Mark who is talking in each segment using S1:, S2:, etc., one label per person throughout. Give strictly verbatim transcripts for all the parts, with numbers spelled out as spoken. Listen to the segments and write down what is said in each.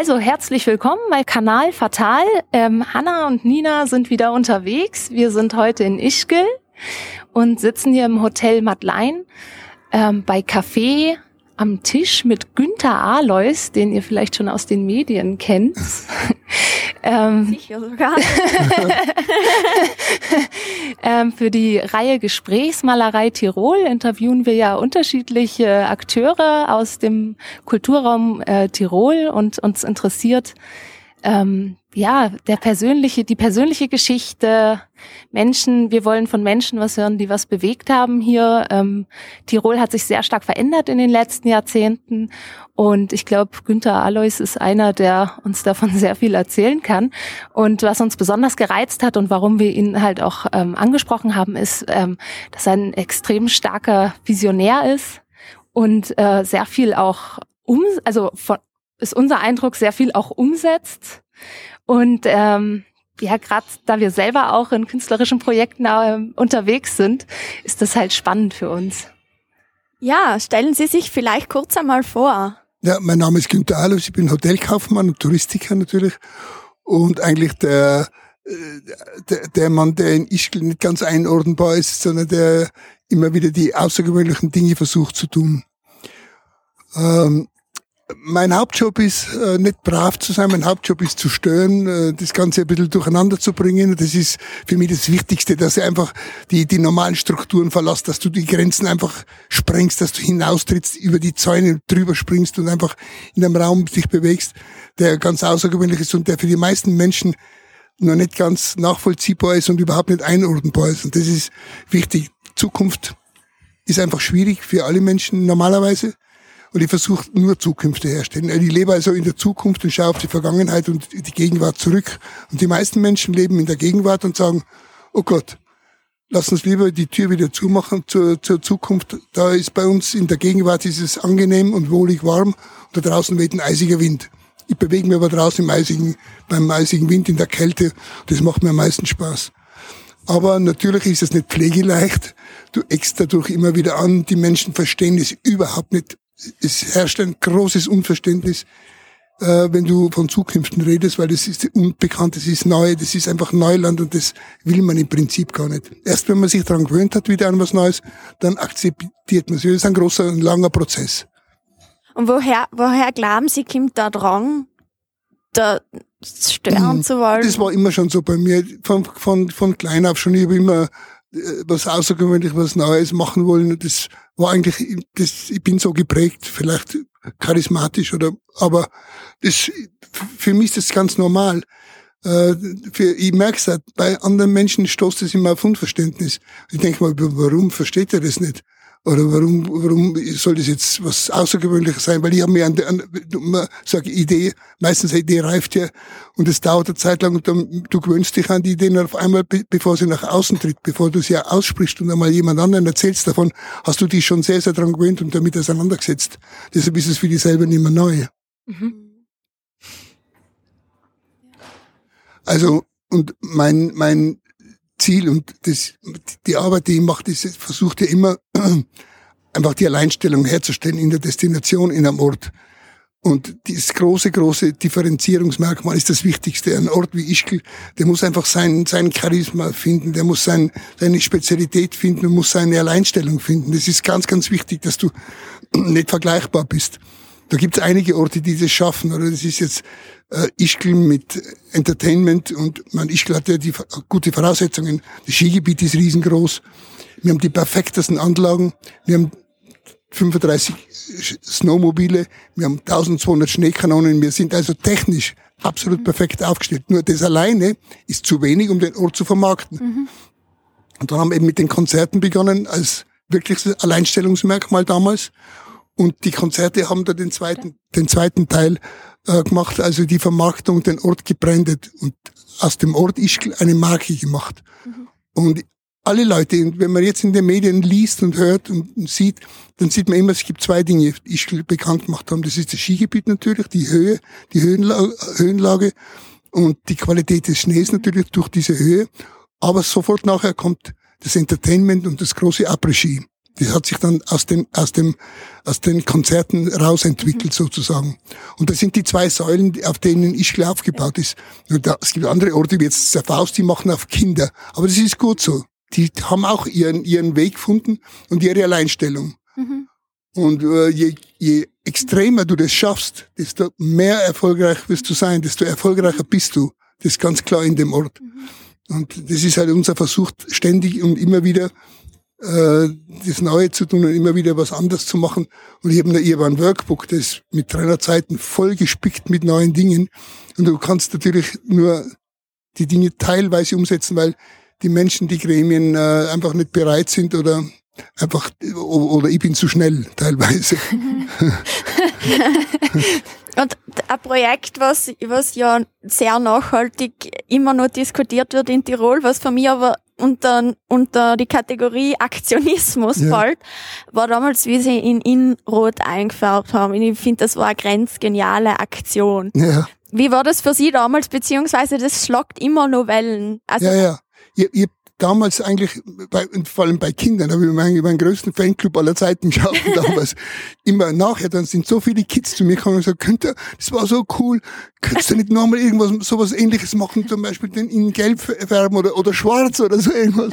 S1: Also herzlich willkommen bei Kanal Fatal. Ähm, Hanna und Nina sind wieder unterwegs. Wir sind heute in Ischgl und sitzen hier im Hotel Madeleine ähm, bei Kaffee am Tisch mit Günther Alois, den ihr vielleicht schon aus den Medien kennt. ähm,
S2: Sicher sogar.
S1: ähm, für die Reihe Gesprächsmalerei Tirol interviewen wir ja unterschiedliche Akteure aus dem Kulturraum äh, Tirol und uns interessiert ähm, ja der persönliche, die persönliche Geschichte. Menschen, wir wollen von Menschen was hören, die was bewegt haben hier. Ähm, Tirol hat sich sehr stark verändert in den letzten Jahrzehnten und ich glaube, Günther Alois ist einer, der uns davon sehr viel erzählen kann. Und was uns besonders gereizt hat und warum wir ihn halt auch ähm, angesprochen haben, ist, ähm, dass er ein extrem starker Visionär ist und äh, sehr viel auch um, also von, ist unser Eindruck, sehr viel auch umsetzt. Und ähm, ja, gerade da wir selber auch in künstlerischen Projekten äh, unterwegs sind, ist das halt spannend für uns.
S2: Ja, stellen Sie sich vielleicht kurz einmal vor.
S3: Ja, mein Name ist Günther Alois, ich bin Hotelkaufmann und Touristiker natürlich und eigentlich der, der, der Mann, der in Ischgl nicht ganz einordnbar ist, sondern der immer wieder die außergewöhnlichen Dinge versucht zu tun. Ähm, Mein Hauptjob ist, äh, nicht brav zu sein, mein Hauptjob ist zu stören, äh, das Ganze ein bisschen durcheinander zu bringen. Das ist für mich das Wichtigste, dass du einfach die, die normalen Strukturen verlässt, dass du die Grenzen einfach sprengst, dass du hinaustrittst, über die Zäune drüber springst und einfach in einem Raum dich bewegst, der ganz außergewöhnlich ist und der für die meisten Menschen noch nicht ganz nachvollziehbar ist und überhaupt nicht einordnbar ist. Und das ist wichtig. Zukunft ist einfach schwierig für alle Menschen normalerweise. Und ich versuche nur Zukünfte herstellen. Ich lebe also in der Zukunft und schaue auf die Vergangenheit und die Gegenwart zurück. Und die meisten Menschen leben in der Gegenwart und sagen, oh Gott, lass uns lieber die Tür wieder zumachen zur, zur Zukunft. Da ist bei uns in der Gegenwart ist es angenehm und wohlig warm. Und da draußen weht ein eisiger Wind. Ich bewege mich aber draußen im eisigen, beim eisigen Wind in der Kälte. Das macht mir am meisten Spaß. Aber natürlich ist es nicht pflegeleicht. Du eckst dadurch immer wieder an. Die Menschen verstehen es überhaupt nicht. Es herrscht ein großes Unverständnis, äh, wenn du von Zukünften redest, weil das ist unbekannt, das ist neu, das ist einfach Neuland und das will man im Prinzip gar nicht. Erst wenn man sich daran gewöhnt hat, wieder an was Neues, dann akzeptiert man es. Das ist ein großer, ein langer Prozess.
S2: Und woher, woher glauben Sie, kommt der Drang, da stören mhm. zu wollen?
S3: Das war immer schon so bei mir, von, von, von klein auf schon. Ich habe immer was Außergewöhnliches, was Neues machen wollen. Das war eigentlich, das, ich bin so geprägt, vielleicht charismatisch oder, aber das, für mich ist das ganz normal. Äh, für, ich merke es halt, bei anderen Menschen stoßt es immer auf Unverständnis. Ich denke mal, warum versteht er das nicht? Oder warum, warum soll das jetzt was Außergewöhnliches sein? Weil ich habe mir an, an so eine Idee, meistens eine Idee reift ja, und es dauert eine Zeit lang und dann, du gewöhnst dich an die Ideen auf einmal, bevor sie nach außen tritt, bevor du sie ja aussprichst und einmal jemand anderen erzählst davon, hast du dich schon sehr, sehr dran gewöhnt und damit auseinandergesetzt. Deshalb ist es für dich selber nicht mehr neu. Mhm. Also, und mein, mein, Ziel und das, die Arbeit, die ich mache, das versucht ja immer einfach die Alleinstellung herzustellen in der Destination, in einem Ort. Und dieses große, große Differenzierungsmerkmal ist das Wichtigste. Ein Ort wie Ischgl, der muss einfach sein, sein Charisma finden, der muss sein, seine Spezialität finden und muss seine Alleinstellung finden. Das ist ganz, ganz wichtig, dass du nicht vergleichbar bist. Da gibt es einige Orte, die das schaffen, oder das ist jetzt äh, Ischgl mit Entertainment und man Ischgl hat ja die gute Voraussetzungen. Das Skigebiet ist riesengroß. Wir haben die perfektesten Anlagen. Wir haben fünfunddreißig Snowmobile. Wir haben eintausendzweihundert Schneekanonen. Wir sind also technisch absolut perfekt aufgestellt. Nur das alleine ist zu wenig, um den Ort zu vermarkten. Mhm. Und dann haben wir eben mit den Konzerten begonnen als wirkliches Alleinstellungsmerkmal damals. Und die Konzerte haben da den zweiten, den zweiten Teil äh, gemacht, also die Vermarktung, den Ort gebrandet und aus dem Ort Ischgl eine Marke gemacht. Mhm. Und alle Leute, wenn man jetzt in den Medien liest und hört und, und sieht, dann sieht man immer, es gibt zwei Dinge, die Ischgl bekannt gemacht haben. Das ist das Skigebiet natürlich, die Höhe, die Höhenlage, Höhenlage und die Qualität des Schnees natürlich durch diese Höhe. Aber sofort nachher kommt das Entertainment und das große Après-Ski. Das hat sich dann aus dem, aus dem, aus den Konzerten rausentwickelt, mhm. sozusagen. Und das sind die zwei Säulen, auf denen Ischgl aufgebaut ist. Und da, es gibt andere Orte, wie jetzt der Faust, die machen auf Kinder. Aber das ist gut so. Die haben auch ihren, ihren Weg gefunden und ihre Alleinstellung. Mhm. Und äh, je, je extremer du das schaffst, desto mehr erfolgreich wirst du sein, desto erfolgreicher bist du. Das ist ganz klar in dem Ort. Mhm. Und das ist halt unser Versuch, ständig und immer wieder äh, das Neue zu tun und immer wieder was anderes zu machen. Und ich habe ich hab ein Workbook, das ist mit dreihundert Seiten voll gespickt mit neuen Dingen. Und du kannst natürlich nur die Dinge teilweise umsetzen, weil die Menschen, die Gremien äh, einfach nicht bereit sind oder einfach, oder ich bin zu schnell teilweise.
S2: Und ein Projekt, was, was ja sehr nachhaltig immer noch diskutiert wird in Tirol, was für mich aber unter, unter die Kategorie Aktionismus ja. fällt, war damals, wie sie in Inrot eingefärbt haben. Ich finde, das war eine grenzgeniale Aktion. Ja. Wie war das für Sie damals, beziehungsweise das schlagt immer noch Wellen? Also
S3: ja, ja. Ich, ich damals eigentlich, bei, vor allem bei Kindern, habe ich meinen, meinen größten Fanclub aller Zeiten geschaffen damals. Immer nachher, dann sind so viele Kids zu mir gekommen und gesagt, könnt ihr, das war so cool, könntest du nicht nochmal irgendwas, sowas Ähnliches machen, zum Beispiel den in Gelb färben oder, oder schwarz oder so irgendwas.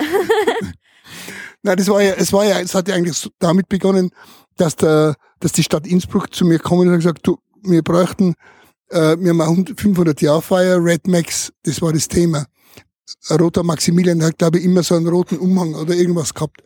S3: Nein, das war ja, es war ja, es hat ja eigentlich so damit begonnen, dass der, dass die Stadt Innsbruck zu mir kommen und hat gesagt, du, wir bräuchten, äh, wir haben fünfhundert Jahr Feier, Red Max, das war das Thema. Ein roter Maximilian hat, glaube ich, immer so einen roten Umhang oder irgendwas gehabt.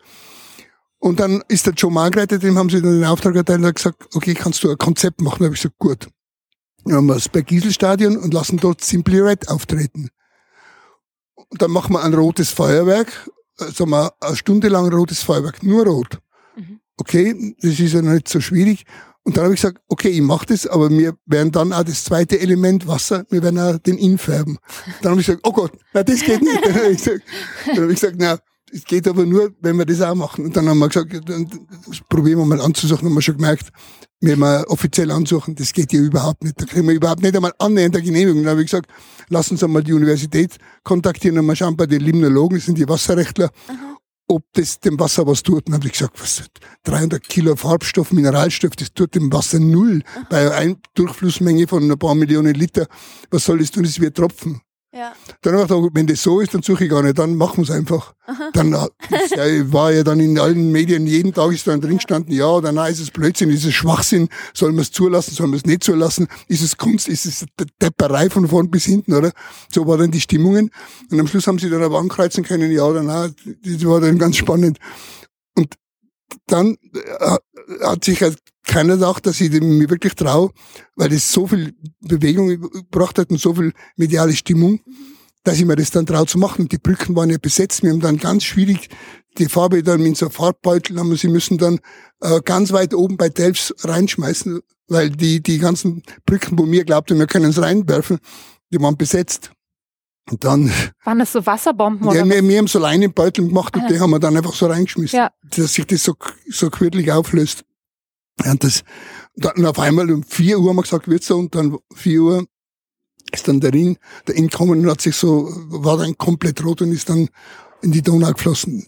S3: Und dann ist der Joe Margreiter, dem haben sie dann den Auftrag erteilt und hat gesagt, okay, kannst du ein Konzept machen? Da habe ich gesagt, gut. Dann haben wir das Bergisel-Stadion und lassen dort Simply Red auftreten. Und dann machen wir ein rotes Feuerwerk, sagen wir, eine Stunde lang rotes Feuerwerk, nur rot. Mhm. Okay, das ist ja nicht so schwierig. Und dann habe ich gesagt, okay, ich mache das, aber wir werden dann auch das zweite Element Wasser, wir werden auch den Inn färben. Dann habe ich gesagt, oh Gott, nein, das geht nicht. Dann habe ich gesagt, dann habe ich gesagt, na, es geht aber nur, wenn wir das auch machen. Und dann haben wir gesagt, dann probieren wir mal anzusuchen, haben wir schon gemerkt, wenn wir offiziell ansuchen, das geht ja überhaupt nicht. Da kriegen wir überhaupt nicht einmal annähernd eine Genehmigung. Dann habe ich gesagt, lass uns einmal die Universität kontaktieren und mal schauen bei den Limnologen, das sind die Wasserrechtler, aha, ob das dem Wasser was tut. Dann habe ich gesagt, was, dreihundert Kilo Farbstoff, Mineralstoff, das tut dem Wasser null. Aha. Bei einer Durchflussmenge von ein paar Millionen Liter. Was soll das tun? Das wird Tropfen. Ja. Dann habe ich gedacht, wenn das so ist, dann suche ich gar nicht, dann machen wir es einfach. Aha. Dann das, ja, war ja dann in allen Medien, jeden Tag ist dann drin gestanden, ja oder nein, ist es Blödsinn, ist es Schwachsinn, soll man es zulassen, soll man es nicht zulassen, ist es Kunst, ist es Depperei von vorn bis hinten, oder? So waren dann die Stimmungen. Und am Schluss haben sie dann aber ankreuzen können, ja oder nein, das war dann ganz spannend. Und dann äh, hat sich halt keiner gedacht, dass ich mir wirklich traue, weil das so viel Bewegung gebracht hat und so viel mediale Stimmung, dass ich mir das dann traue zu machen. Und die Brücken waren ja besetzt. Wir haben dann ganz schwierig die Farbe dann in so Farbbeutel haben wir sie müssen dann äh, ganz weit oben bei Delfs reinschmeißen, weil die die ganzen Brücken, wo wir glaubten, wir können es reinwerfen, die waren besetzt. Und dann
S1: waren das so Wasserbomben oder?
S3: Ja, wir, wir haben so Leinenbeutel gemacht und ah. die haben wir dann einfach so reingeschmissen, ja, dass sich das so so quirlig auflöst. Und das, dann auf einmal um vier Uhr haben wir gesagt, wird's so, und dann vier Uhr ist dann der Inn, der Inn gekommen und hat sich so, war dann komplett rot und ist dann in die Donau geflossen.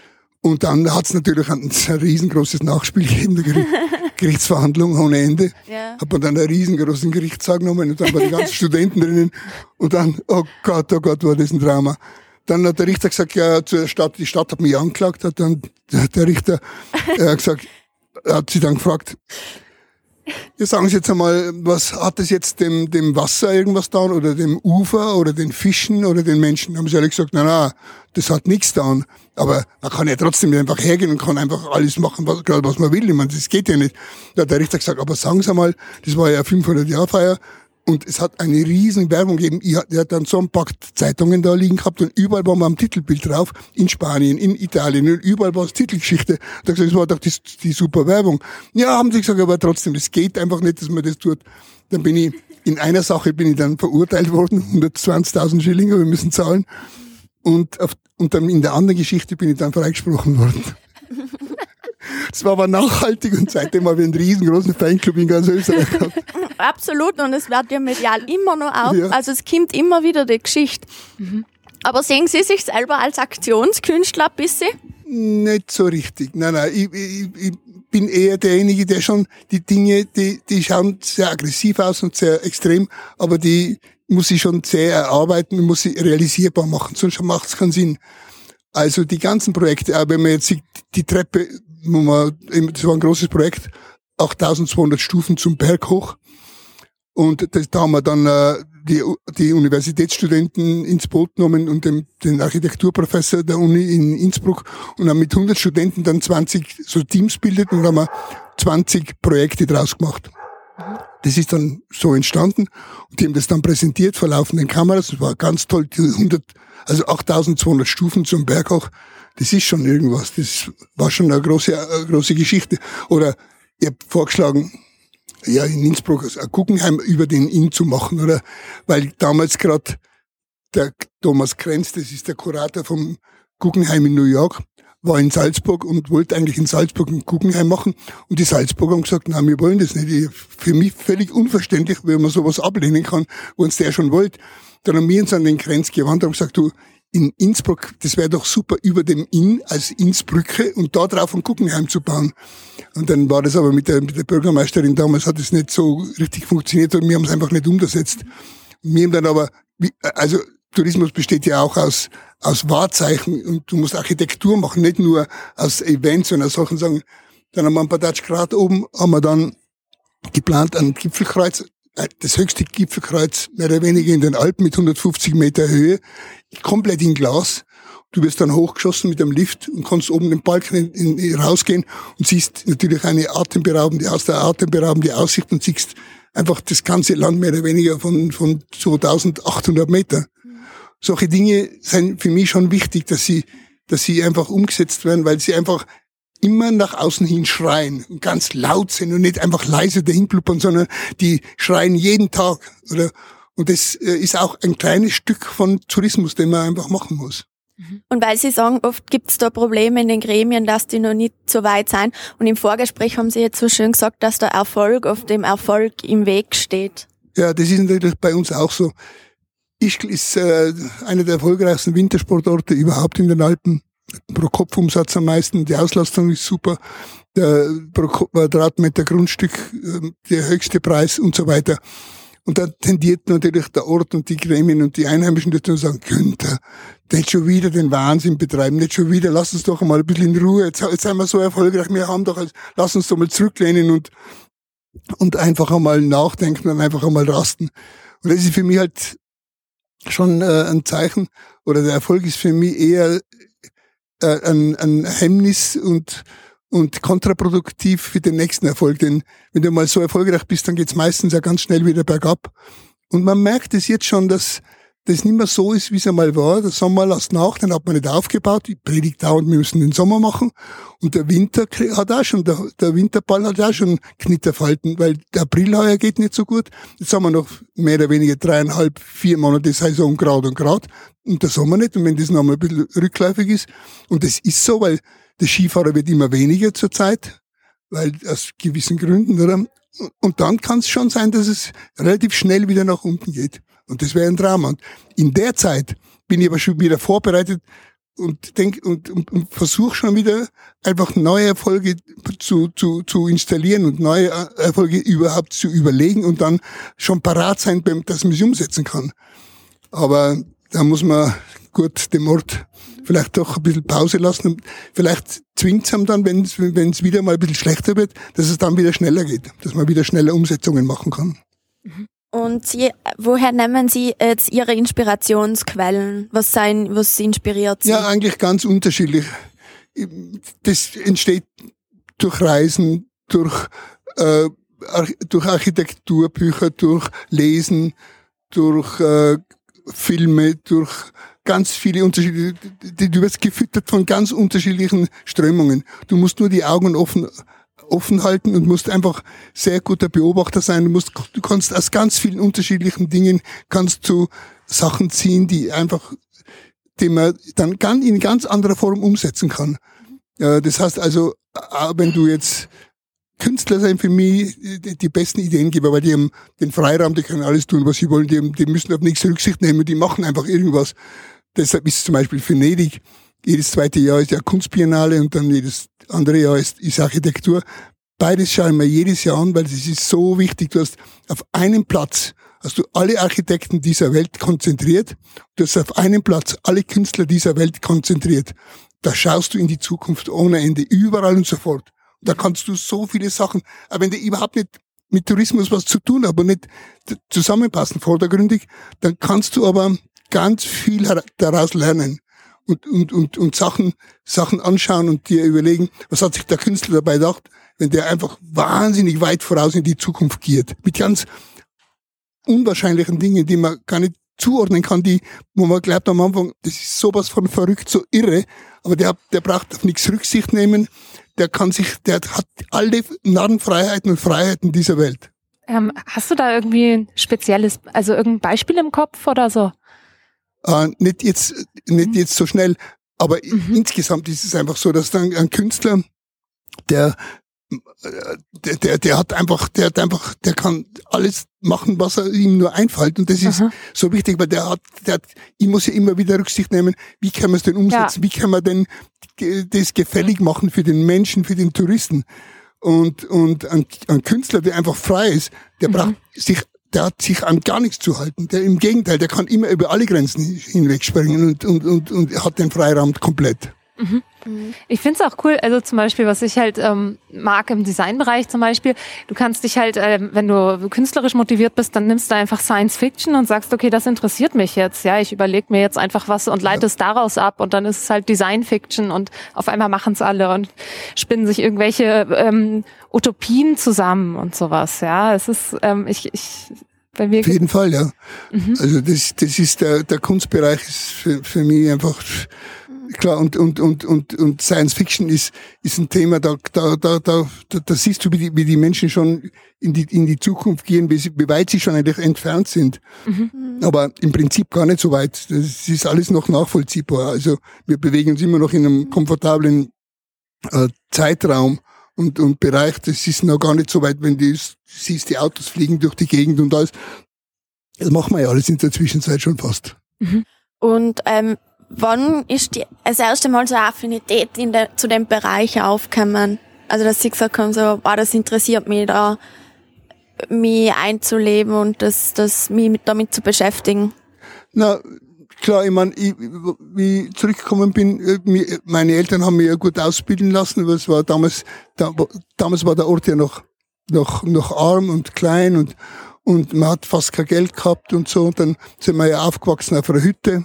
S3: Und dann hat's natürlich ein, ein riesengroßes Nachspiel gegeben, der Gericht, Gerichtsverhandlung ohne Ende. Ja. Hat man dann einen riesengroßen Gerichtssaal genommen und dann waren die ganzen Studenten drinnen und dann, oh Gott, oh Gott, war das ein Drama. Dann hat der Richter gesagt, ja, zur Stadt, die Stadt hat mich angeklagt, hat dann der Richter äh, gesagt, hat sie dann gefragt, ja, sagen Sie jetzt einmal, was hat das jetzt dem, dem Wasser irgendwas da oder dem Ufer oder den Fischen oder den Menschen? Haben sie alle gesagt, na, na, das hat nichts da. Aber man kann ja trotzdem einfach hergehen und kann einfach alles machen, was, gerade was man will. Ich meine, das geht ja nicht. Da hat der Richter gesagt, aber sagen Sie mal, das war ja fünfhundert Jahr Feier. Und es hat eine riesen Werbung gegeben. Ich, der hat dann so ein paar Zeitungen da liegen gehabt und überall war mal am Titelbild drauf. In Spanien, in Italien und überall war es Titelgeschichte. Da gesagt, das war doch die, die super Werbung. Ja, haben sie gesagt, aber trotzdem, das geht einfach nicht, dass man das tut. Dann bin ich, in einer Sache bin ich dann verurteilt worden. hundertzwanzigtausend Schilling habe ich müssen zahlen. Und, auf, und dann in der anderen Geschichte bin ich dann freigesprochen worden. Das war aber nachhaltig und seitdem habe ich einen riesengroßen Fanclub in ganz Österreich gehabt.
S2: Absolut, und es wird ja medial immer noch auf. Ja. Also es kommt immer wieder die Geschichte. Mhm. Aber sehen Sie sich selber als Aktionskünstler ein bisschen?
S3: Nicht so richtig. Nein, nein, ich, ich, ich bin eher derjenige, der schon die Dinge, die, die schauen sehr aggressiv aus und sehr extrem, aber die muss ich schon sehr erarbeiten und muss sie realisierbar machen, sonst macht es keinen Sinn. Also die ganzen Projekte, auch wenn man jetzt sieht, die Treppe, wo man, das war ein großes Projekt, achttausendzweihundert Stufen zum Berg hoch. Und das, da haben wir dann äh, die, die Universitätsstudenten ins Boot genommen und den, den Architekturprofessor der Uni in Innsbruck und haben mit hundert Studenten dann zwanzig so Teams bildet und haben wir zwanzig Projekte draus gemacht. Das ist dann so entstanden und die haben das dann präsentiert vor laufenden Kameras. Das war ganz toll, die hundert, also achttausendzweihundert Stufen zum Berg hoch. Das ist schon irgendwas. Das war schon eine große, eine große Geschichte. Oder ich habe vorgeschlagen, ja, in Innsbruck ein Guggenheim über den Inn zu machen, oder? Weil damals gerade der Thomas Krenz, das ist der Kurator vom Guggenheim in New York, war in Salzburg und wollte eigentlich in Salzburg ein Guggenheim machen. Und die Salzburger haben gesagt, nein, wir wollen das nicht. Für mich völlig unverständlich, wenn man sowas ablehnen kann, wenn es der schon wollte. Dann haben wir uns an den Krenz gewandt und gesagt, du, in Innsbruck, das wäre doch super, über dem Inn als Innsbrücke und da drauf ein Guggenheim zu bauen. Und dann war das aber mit der, mit der Bürgermeisterin damals, hat es nicht so richtig funktioniert und wir haben es einfach nicht umgesetzt. Wir haben dann aber, also Tourismus besteht ja auch aus, aus Wahrzeichen und du musst Architektur machen, nicht nur aus Events, sondern aus solchen Sachen. Dann haben wir ein paar Grad oben, haben wir dann geplant ein Gipfelkreuz, das höchste Gipfelkreuz mehr oder weniger in den Alpen mit hundertfünfzig Meter Höhe, komplett in Glas. Du wirst dann hochgeschossen mit dem Lift und kannst oben den Balken in, in, rausgehen und siehst natürlich eine atemberaubende, aus der atemberaubende Aussicht und siehst einfach das ganze Land mehr oder weniger von, von zweitausendachthundert Meter. Solche Dinge sind für mich schon wichtig, dass sie, dass sie einfach umgesetzt werden, weil sie einfach immer nach außen hin schreien und ganz laut sind und nicht einfach leise dahin blubbern, sondern die schreien jeden Tag, oder? Und das ist auch ein kleines Stück von Tourismus, den man einfach machen muss.
S2: Und weil Sie sagen, oft gibt es da Probleme in den Gremien, dass die noch nicht so weit sind. Und im Vorgespräch haben Sie jetzt so schön gesagt, dass der Erfolg auf dem Erfolg im Weg steht.
S3: Ja, das ist natürlich bei uns auch so. Ischgl ist äh, einer der erfolgreichsten Wintersportorte überhaupt in den Alpen. Pro Kopfumsatz am meisten, die Auslastung ist super, der pro Quadratmeter Grundstück äh, der höchste Preis und so weiter. Und da tendiert natürlich der Ort und die Gremien und die Einheimischen dazu zu sagen, Günther, nicht schon wieder den Wahnsinn betreiben, nicht schon wieder, lass uns doch mal ein bisschen in Ruhe, jetzt, jetzt sind wir so erfolgreich, wir haben doch, lass uns doch mal zurücklehnen und, und einfach einmal nachdenken und einfach einmal rasten. Und das ist für mich halt schon äh, ein Zeichen, oder der Erfolg ist für mich eher äh, ein, ein Hemmnis und und kontraproduktiv für den nächsten Erfolg. Denn wenn du mal so erfolgreich bist, dann geht's meistens ja ganz schnell wieder bergab. Und man merkt es jetzt schon, dass das nicht mehr so ist, wie es einmal war. Der Sommer lässt nach, den hat man nicht aufgebaut. Die predigt dauernd, wir müssen den Sommer machen. Und der Winter hat auch schon, der, der Winterball hat auch schon Knitterfalten, weil der April heuer geht nicht so gut. Jetzt haben wir noch mehr oder weniger dreieinhalb, vier Monate Saison Grad und Grad. Und der Sommer nicht. Und wenn das noch mal ein bisschen rückläufig ist, und das ist so, weil der Skifahrer wird immer weniger zurzeit, weil aus gewissen Gründen, oder? Und dann kann es schon sein, dass es relativ schnell wieder nach unten geht. Und das wäre ein Drama. Und in der Zeit bin ich aber schon wieder vorbereitet und denk und, und, und versuche schon wieder einfach neue Erfolge zu, zu, zu installieren und neue Erfolge überhaupt zu überlegen und dann schon parat sein, dass man sie umsetzen kann. Aber da muss man gut dem Ort vielleicht doch ein bisschen Pause lassen und vielleicht zwingt es einem dann, wenn es wenn es wieder mal ein bisschen schlechter wird, dass es dann wieder schneller geht, dass man wieder schneller Umsetzungen machen kann.
S2: Und Sie, woher nehmen Sie jetzt Ihre Inspirationsquellen? Was sein, was inspiriert Sie?
S3: Ja, eigentlich ganz unterschiedlich. Das entsteht durch Reisen, durch äh, durch Architekturbücher, durch Lesen, durch äh, Filme, durch ganz viele unterschiedliche, du wirst gefüttert von ganz unterschiedlichen Strömungen. Du musst nur die Augen offen, offen halten und musst einfach sehr guter Beobachter sein. Du musst, du kannst aus ganz vielen unterschiedlichen Dingen kannst du Sachen ziehen, die einfach, die man dann in ganz anderer Form umsetzen kann. Das heißt also, wenn du jetzt Künstler sind für mich die, die besten Ideengeber, weil die haben den Freiraum, die können alles tun, was sie wollen, die, haben, die müssen auf nichts Rücksicht nehmen, die machen einfach irgendwas. Deshalb ist zum Beispiel Venedig jedes zweite Jahr ist ja Kunstbiennale und dann jedes andere Jahr ist, ist Architektur. Beides schauen wir jedes Jahr an, weil es ist so wichtig. Du hast auf einem Platz hast du alle Architekten dieser Welt konzentriert. Du hast auf einem Platz alle Künstler dieser Welt konzentriert. Da schaust du in die Zukunft ohne Ende, überall und so fort. Da kannst du so viele Sachen, aber wenn die überhaupt nicht mit Tourismus was zu tun, aber nicht zusammenpassen, vordergründig, dann kannst du aber ganz viel daraus lernen und, und, und, und Sachen, Sachen anschauen und dir überlegen, was hat sich der Künstler dabei gedacht, wenn der einfach wahnsinnig weit voraus in die Zukunft geht. Mit ganz unwahrscheinlichen Dingen, die man gar nicht zuordnen kann, die, wo man glaubt am Anfang, das ist sowas von verrückt, so irre, aber der, der braucht auf nichts Rücksicht nehmen, der kann sich, der hat alle Narrenfreiheiten und Freiheiten dieser Welt.
S1: Ähm, hast du da irgendwie ein spezielles, also irgendein Beispiel im Kopf oder so?
S3: Äh, nicht jetzt, nicht jetzt so schnell, aber mhm. insgesamt ist es einfach so, dass dann ein Künstler, der Der, der, der hat einfach, der hat einfach, der kann alles machen, was er ihm nur einfällt. Und das ist Aha. so wichtig, weil der hat, der hat, ich muss ja immer wieder Rücksicht nehmen, wie kann man es denn umsetzen? Ja. Wie kann man denn das gefällig machen für den Menschen, für den Touristen? Und, und ein, ein Künstler, der einfach frei ist, der mhm. braucht sich, der hat sich an gar nichts zu halten. Der, im Gegenteil, der kann immer über alle Grenzen hinwegspringen und, und, und, und hat den Freiraum komplett.
S1: Mhm. Ich finde es auch cool, also zum Beispiel, was ich halt ähm, mag im Designbereich zum Beispiel, du kannst dich halt, äh, wenn du künstlerisch motiviert bist, dann nimmst du einfach Science Fiction und sagst, okay, das interessiert mich jetzt, ja, ich überlege mir jetzt einfach was und leite ja. es daraus ab und dann ist es halt Design Fiction und auf einmal machen es alle und spinnen sich irgendwelche ähm, Utopien zusammen und sowas, ja, es ist, ähm, ich, ich bei mir
S3: auf jeden Fall, ja. Mhm. Also das, das ist der, der Kunstbereich ist für, für mich einfach klar, und, und, und, und, und Science Fiction ist, ist ein Thema, da, da, da, da, da siehst du, wie die, wie die Menschen schon in die, in die Zukunft gehen, wie, sie, wie weit sie schon eigentlich entfernt sind. Mhm. Aber im Prinzip gar nicht so weit. Das ist alles noch nachvollziehbar. Also, wir bewegen uns immer noch in einem komfortablen, äh, Zeitraum und, und Bereich. Das ist noch gar nicht so weit, wenn du siehst, die Autos fliegen durch die Gegend und alles. Das machen wir ja alles in der Zwischenzeit schon fast.
S2: Mhm. Und, ähm, wann ist die, das erste Mal so eine Affinität in de, zu dem Bereich aufgekommen? Also, dass Sie gesagt haben, so, wow, das interessiert mich da, mich einzuleben und das, das, mich mit, damit zu beschäftigen?
S3: Na, klar, ich meine, ich, wie ich zurückgekommen bin, meine Eltern haben mich ja gut ausbilden lassen, aber es war damals, da, damals war der Ort ja noch, noch, noch arm und klein und, und man hat fast kein Geld gehabt und so, und dann sind wir ja aufgewachsen auf einer Hütte.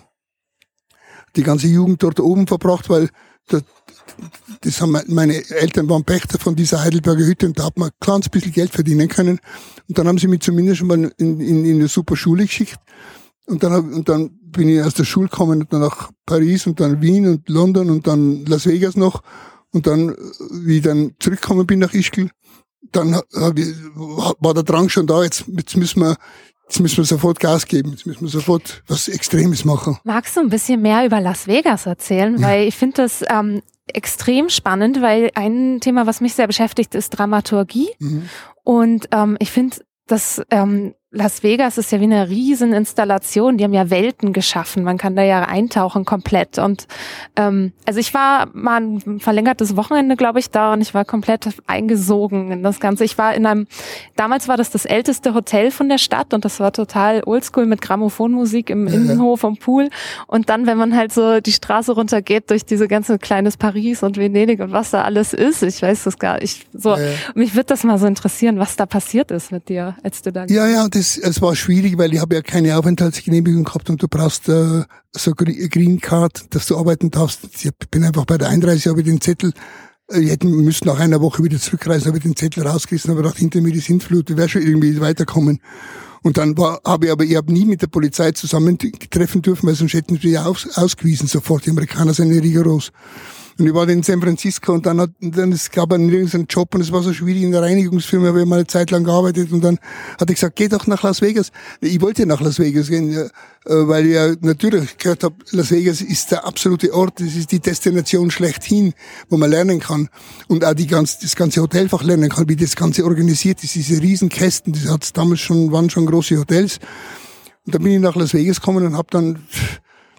S3: Die ganze Jugend dort oben verbracht, weil das, das haben meine Eltern waren Pächter von dieser Heidelberger Hütte und da hat man ein kleines bisschen Geld verdienen können. Und dann haben sie mich zumindest schon mal in, in, in eine super Schule geschickt. Und dann, hab, und dann bin ich aus der Schule gekommen und dann nach Paris und dann Wien und London und dann Las Vegas noch. Und dann, wie ich dann zurückgekommen bin nach Ischgl, dann hab ich, war der Drang schon da, jetzt, jetzt müssen wir Jetzt müssen wir sofort Gas geben, jetzt müssen wir sofort was Extremes machen.
S1: Magst du ein bisschen mehr über Las Vegas erzählen? Ja. Weil ich finde das ähm, extrem spannend, weil ein Thema, was mich sehr beschäftigt, ist Dramaturgie. Mhm. Und ähm, ich finde, dass ähm, Las Vegas ist ja wie eine Rieseninstallation. Die haben ja Welten geschaffen. Man kann da ja eintauchen komplett. Und ähm, also ich war mal ein verlängertes Wochenende, glaube ich, da und ich war komplett eingesogen in das Ganze. Ich war in einem, damals war das das älteste Hotel von der Stadt und das war total oldschool mit Grammophonmusik im ja, Innenhof am Pool. Und dann, wenn man halt so die Straße runtergeht durch diese ganze kleines Paris und Venedig und was da alles ist, ich weiß das gar nicht. So, ja. Mich würde das mal so interessieren, was da passiert ist mit dir, als du da
S3: Ja, ja, das Es war schwierig, weil ich habe ja keine Aufenthaltsgenehmigung gehabt und du brauchst äh, so eine Green Card, dass du arbeiten darfst. Ich bin einfach bei der Einreise, habe ich den Zettel, äh, ich hätte müssen nach einer Woche wieder zurückreisen, habe ich den Zettel rausgerissen, habe gedacht, hinter mir die Sintflut, ich werde schon irgendwie weiterkommen. Und dann war, habe ich aber, ich habe nie mit der Polizei zusammentreffen dürfen, weil sonst hätten sie ja aus, ausgewiesen sofort. Die Amerikaner sind ja rigoros. Und ich war in San Francisco und dann hat, dann, es gab einen irgendeinen Job und es war so schwierig in der Reinigungsfirma, habe ich mal eine Zeit lang gearbeitet und dann hat er gesagt, geh doch nach Las Vegas. Ich wollte nach Las Vegas gehen, weil ich ja natürlich gehört habe, Las Vegas ist der absolute Ort, das ist die Destination schlechthin, wo man lernen kann und auch die ganz, das ganze Hotelfach lernen kann, wie das Ganze organisiert ist, diese Riesenkästen, das hat's damals schon, waren schon große Hotels. Und dann bin ich nach Las Vegas gekommen und habe dann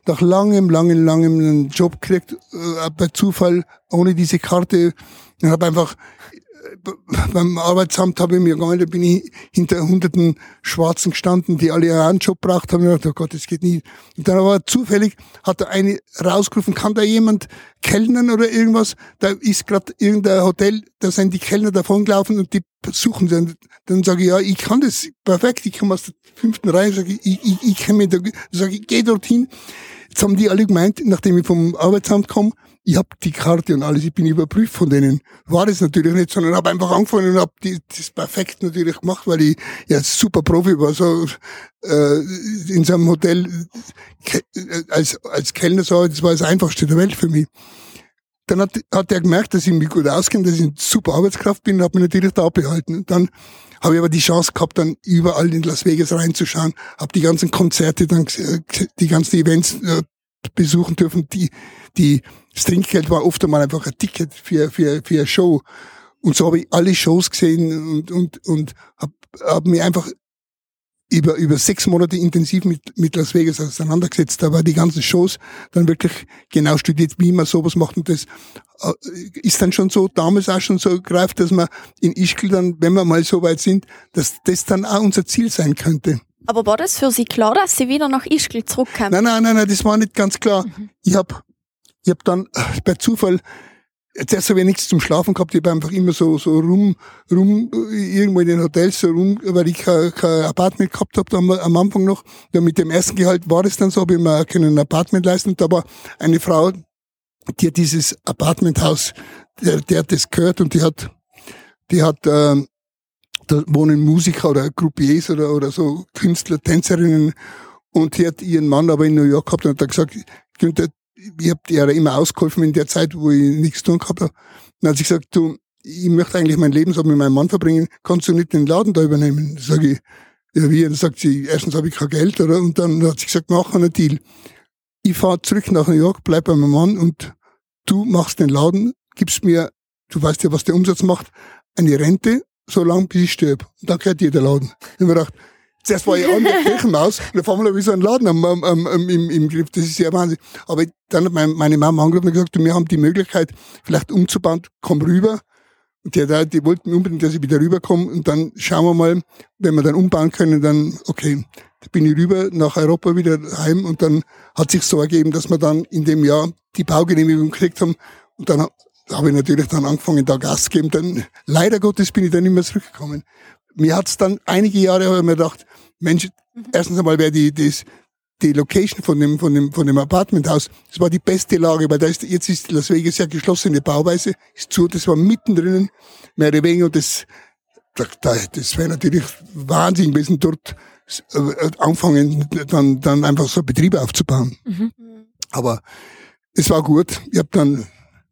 S3: nach langem, langem, langem einen Job gekriegt, äh, bei Zufall, ohne diese Karte. Ich habe einfach beim Arbeitsamt habe ich mir gemeint, da bin ich hinter hunderten Schwarzen gestanden, die alle einen Job braucht haben. Ich dachte, oh Gott, das geht nie. Und dann aber zufällig hat da eine rausgerufen, kann da jemand kellnern oder irgendwas? Da ist gerade irgendein Hotel, da sind die Kellner davongelaufen und die suchen sie. Und dann sage ich, ja, ich kann das perfekt, ich komme aus der fünften Reihe, sage ich, ich, ich, ich kenne mich da, sage ich, geh dorthin. Jetzt haben die alle gemeint, nachdem ich vom Arbeitsamt komme, ich habe die Karte und alles, ich bin überprüft von denen. War das natürlich nicht, sondern habe einfach angefangen und habe das perfekt natürlich gemacht, weil ich ja super Profi war. So äh, in so einem Hotel als als Kellner so, das war das Einfachste der Welt für mich. Dann hat hat er gemerkt, dass ich mich gut auskenne, dass ich eine super Arbeitskraft bin, und hat mich natürlich da behalten. Dann habe ich aber die Chance gehabt, dann überall in Las Vegas reinzuschauen, habe die ganzen Konzerte, dann die ganzen Events äh, besuchen dürfen, die die das Trinkgeld war oft einmal einfach ein Ticket für für für eine Show, und so habe ich alle Shows gesehen und und und habe hab mich einfach über über sechs Monate intensiv mit mit Las Vegas auseinandergesetzt. Da war die ganzen Shows dann wirklich genau studiert, wie man sowas macht, und das ist dann schon so damals auch schon so greift, dass man in Ischgl dann, wenn wir mal so weit sind, dass das dann auch unser Ziel sein könnte.
S2: Aber war das für Sie klar, dass Sie wieder nach Ischgl zurückkommen?
S3: Nein, nein, nein, nein, das war nicht ganz klar. Mhm. Ich hab Ich hab dann bei Zufall, zuerst habe ich nichts zum Schlafen gehabt, ich habe einfach immer so so rum, rum irgendwo in den Hotels, so rum, weil ich kein, kein Apartment gehabt habe am, am Anfang noch. Ja, mit dem ersten Gehalt war das dann so, habe ich mir ein Apartment leisten. Und da war eine Frau, die hat dieses Apartmenthaus, der, der hat das gehört, und die hat, die hat, ähm, da wohnen Musiker oder Groupiers oder, oder so Künstler, Tänzerinnen, und die hat ihren Mann aber in New York gehabt und hat dann gesagt, Günther, ich hab dir immer ausgeholfen in der Zeit, wo ich nichts tun gehabt habe. Dann hat sie gesagt, du, ich möchte eigentlich mein Lebensabend mit meinem Mann verbringen, kannst du nicht den Laden da übernehmen? Dann sage ich, ja wie? Dann sagt sie, erstens habe ich kein Geld, oder? Und dann hat sie gesagt, mach einen Deal. Ich fahre zurück nach New York, bleib bei meinem Mann, und du machst den Laden, gibst mir, du weißt ja, was der Umsatz macht, eine Rente, so lange bis ich sterbe. Und dann gehört dir der Laden. Ich habe mir gedacht, zuerst war ich an der Kirchenmaus, und auf einmal habe ich so einen Laden am, am, am, im, im Griff. Das ist ja Wahnsinn. Aber dann hat meine, meine Mama angerufen und gesagt, wir haben die Möglichkeit, vielleicht umzubauen, komm rüber. Und die, die wollten unbedingt, dass ich wieder rüberkomme. Und dann schauen wir mal, wenn wir dann umbauen können, dann, okay, da bin ich rüber nach Europa wieder heim. Und dann hat sich so ergeben, dass wir dann in dem Jahr die Baugenehmigung gekriegt haben. Und dann habe ich natürlich dann angefangen, da Gas zu geben. Dann, leider Gottes bin ich dann nicht mehr zurückgekommen. Mir hat's dann einige Jahre, habe ich mir gedacht, Mensch, mhm. erstens einmal wäre die, das, die Location von dem, von dem, von dem Apartmenthaus, das war die beste Lage, weil da ist, jetzt ist Las Vegas ja geschlossene Bauweise, ist zu, das war mittendrin, mehr oder weniger, und das, da, das wäre natürlich Wahnsinn gewesen, dort anfangen, dann, dann einfach so Betriebe aufzubauen. Mhm. Aber es war gut. Ich habe dann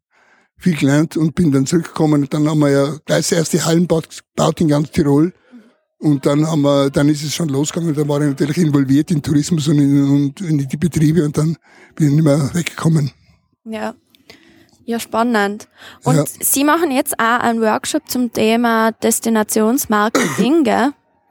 S3: viel gelernt und bin dann zurückgekommen, und dann haben wir ja gleich das erste Hallenbad gebaut in ganz Tirol. Und dann haben wir, dann ist es schon losgegangen, dann war ich natürlich involviert in Tourismus und in, und in die Betriebe, und dann bin ich nicht mehr weggekommen.
S2: Ja. Ja, spannend. Und
S3: ja.
S2: Sie machen jetzt auch einen Workshop zum Thema Destinationsmarketing, gell?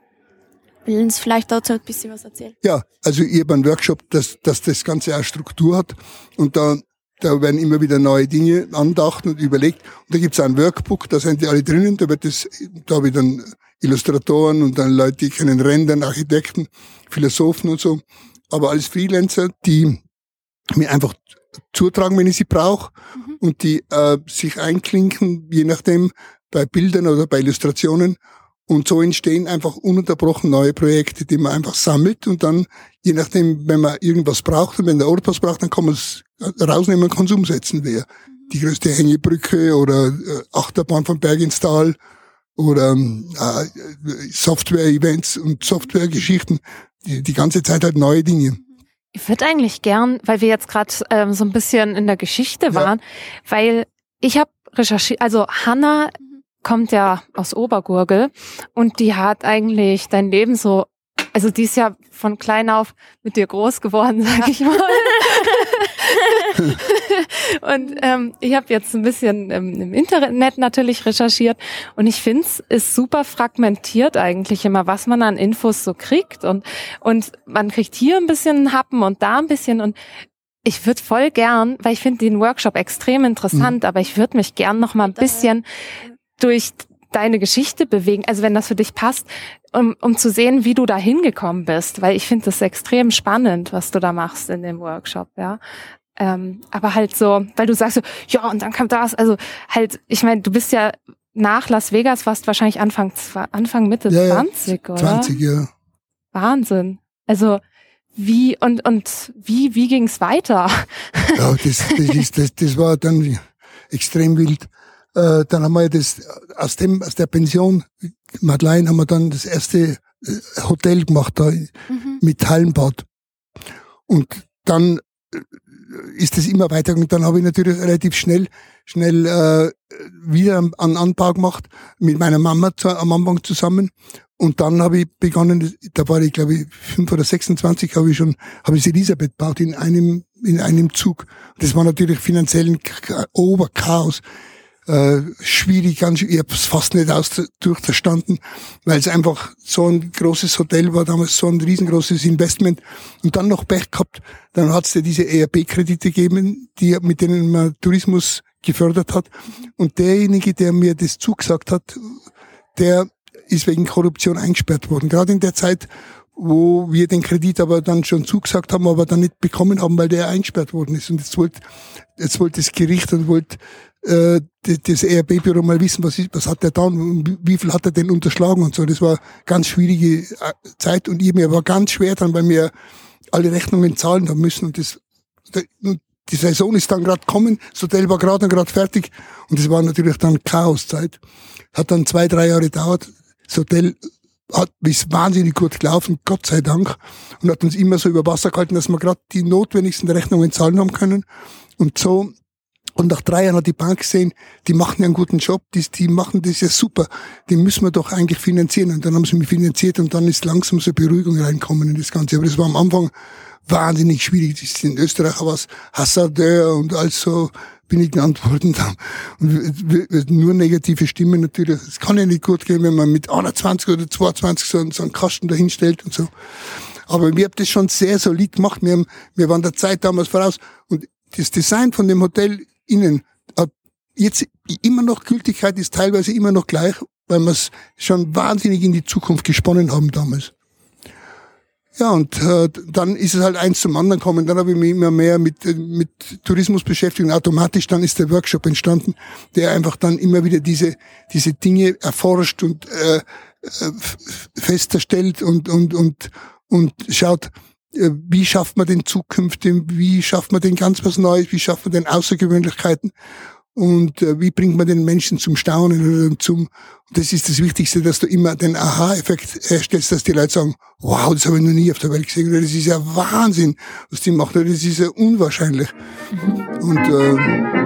S2: Wollen Sie vielleicht dazu ein bisschen was erzählen?
S3: Ja, also ich habe einen Workshop, dass, dass das Ganze auch Struktur hat, und da, da werden immer wieder neue Dinge angedacht und überlegt. Und da gibt es ein Workbook, da sind die alle drinnen, da wird das, da habe ich dann Illustratoren und dann Leute, die kennen Rendern, Architekten, Philosophen und so. Aber als Freelancer, die mir einfach zutragen, wenn ich sie brauche, mhm. und die äh, sich einklinken, je nachdem, bei Bildern oder bei Illustrationen. Und so entstehen einfach ununterbrochen neue Projekte, die man einfach sammelt, und dann, je nachdem, wenn man irgendwas braucht und wenn der Ort was braucht, dann kann man es rausnehmen und kann es umsetzen. Wäre die größte Hängebrücke oder äh, Achterbahn vom Berg ins Tal oder äh, Software-Events und Software-Geschichten, die, die ganze Zeit halt neue Dinge.
S1: Ich würde eigentlich gern, weil wir jetzt gerade ähm, so ein bisschen in der Geschichte waren, ja. weil ich habe recherchiert, also Hanna kommt ja aus Obergurgl, und die hat eigentlich dein Leben so, also die ist ja von klein auf mit dir groß geworden, sag ja. ich mal. Und ähm, ich habe jetzt ein bisschen ähm, im Internet natürlich recherchiert, und ich finde, es ist super fragmentiert eigentlich immer, was man an Infos so kriegt, und und man kriegt hier ein bisschen Happen und da ein bisschen, und Ich würde voll gern, weil ich finde den Workshop extrem interessant, mhm. aber ich würde mich gern noch mal ein bisschen durch deine Geschichte bewegen, also wenn das für dich passt, um, um zu sehen, wie du da hingekommen bist, weil ich finde das extrem spannend, was du da machst in dem Workshop, ja. Ähm, aber halt so, weil du sagst so, ja, und dann kam das, also halt, ich meine, du bist ja nach Las Vegas, warst wahrscheinlich Anfang, Anfang Mitte ja, zwanzig, oder?
S3: zwanzig, ja.
S1: Wahnsinn. Also, Wie und und wie wie ging's weiter?
S3: Ja, das das ist das das war dann extrem wild. Äh, dann haben wir das aus dem aus der Pension Madeleine haben wir dann das erste Hotel gemacht da mhm. mit Hallenbad. Und dann ist das immer weitergegangen. Dann habe ich natürlich relativ schnell schnell äh, wieder einen Anbau gemacht mit meiner Mama zu, am Anfang zusammen. Und dann habe ich begonnen, da war ich glaube ich fünf oder sechsundzwanzig, habe ich schon, habe ich Elisabeth gebaut in einem, in einem Zug. Das war natürlich finanziell ein Oberchaos. Äh, schwierig, ganz, ich habe es fast nicht aus, durchverstanden, weil es einfach so ein großes Hotel war, damals so ein riesengroßes Investment. Und dann noch Pech gehabt, dann hat es ja diese E R B-Kredite gegeben, die, mit denen man Tourismus gefördert hat. Und derjenige, der mir das zugesagt hat, der ist wegen Korruption eingesperrt worden. Gerade in der Zeit, wo wir den Kredit aber dann schon zugesagt haben, aber dann nicht bekommen haben, weil der eingesperrt worden ist. Und jetzt wollte, jetzt wollte das Gericht und wollte äh, das E R B-Büro mal wissen, was ist, was hat der da und wie viel hat er denn unterschlagen und so. Das war ganz schwierige Zeit und ich, mir war ganz schwer dann, weil wir alle Rechnungen zahlen haben müssen und das, und die Saison ist dann gerade gekommen, das Hotel war gerade und gerade fertig und das war natürlich dann Chaoszeit. Hat dann zwei, drei Jahre gedauert. Das Hotel hat, ist wahnsinnig gut gelaufen, Gott sei Dank, und hat uns immer so über Wasser gehalten, dass wir gerade die notwendigsten Rechnungen zahlen haben können. Und so, und nach drei Jahren hat die Bank gesehen, die machen ja einen guten Job, die, die machen das ja super, die müssen wir doch eigentlich finanzieren. Und dann haben sie mich finanziert und dann ist langsam so Beruhigung reinkommen in das Ganze. Aber das war am Anfang wahnsinnig schwierig. Das ist in Österreich was Hasardeur und alles so bin ich geantwortet haben. Und nur negative Stimmen natürlich. Es kann ja nicht gut gehen, wenn man mit einundzwanzig oder zweiundzwanzig so einen, so einen Kasten dahinstellt und so. Aber wir haben das schon sehr solid gemacht. Wir, haben, wir waren der Zeit damals voraus. Und das Design von dem Hotel innen hat jetzt immer noch Gültigkeit, ist teilweise immer noch gleich, weil wir es schon wahnsinnig in die Zukunft gesponnen haben damals. Ja, und äh, dann ist es halt eins zum anderen gekommen. Dann habe ich mich immer mehr mit mit Tourismus beschäftigt und automatisch dann ist der Workshop entstanden, der einfach dann immer wieder diese diese Dinge erforscht und äh, feststellt und und und und schaut, äh, wie schafft man denn zukünftig, wie schafft man denn ganz was Neues, wie schafft man denn Außergewöhnlichkeiten und äh, wie bringt man den Menschen zum Staunen oder zum, das ist das Wichtigste, dass du immer den Aha-Effekt herstellst, dass die Leute sagen, wow, das habe ich noch nie auf der Welt gesehen, das ist ja Wahnsinn, was die machen, das ist ja unwahrscheinlich. Und äh,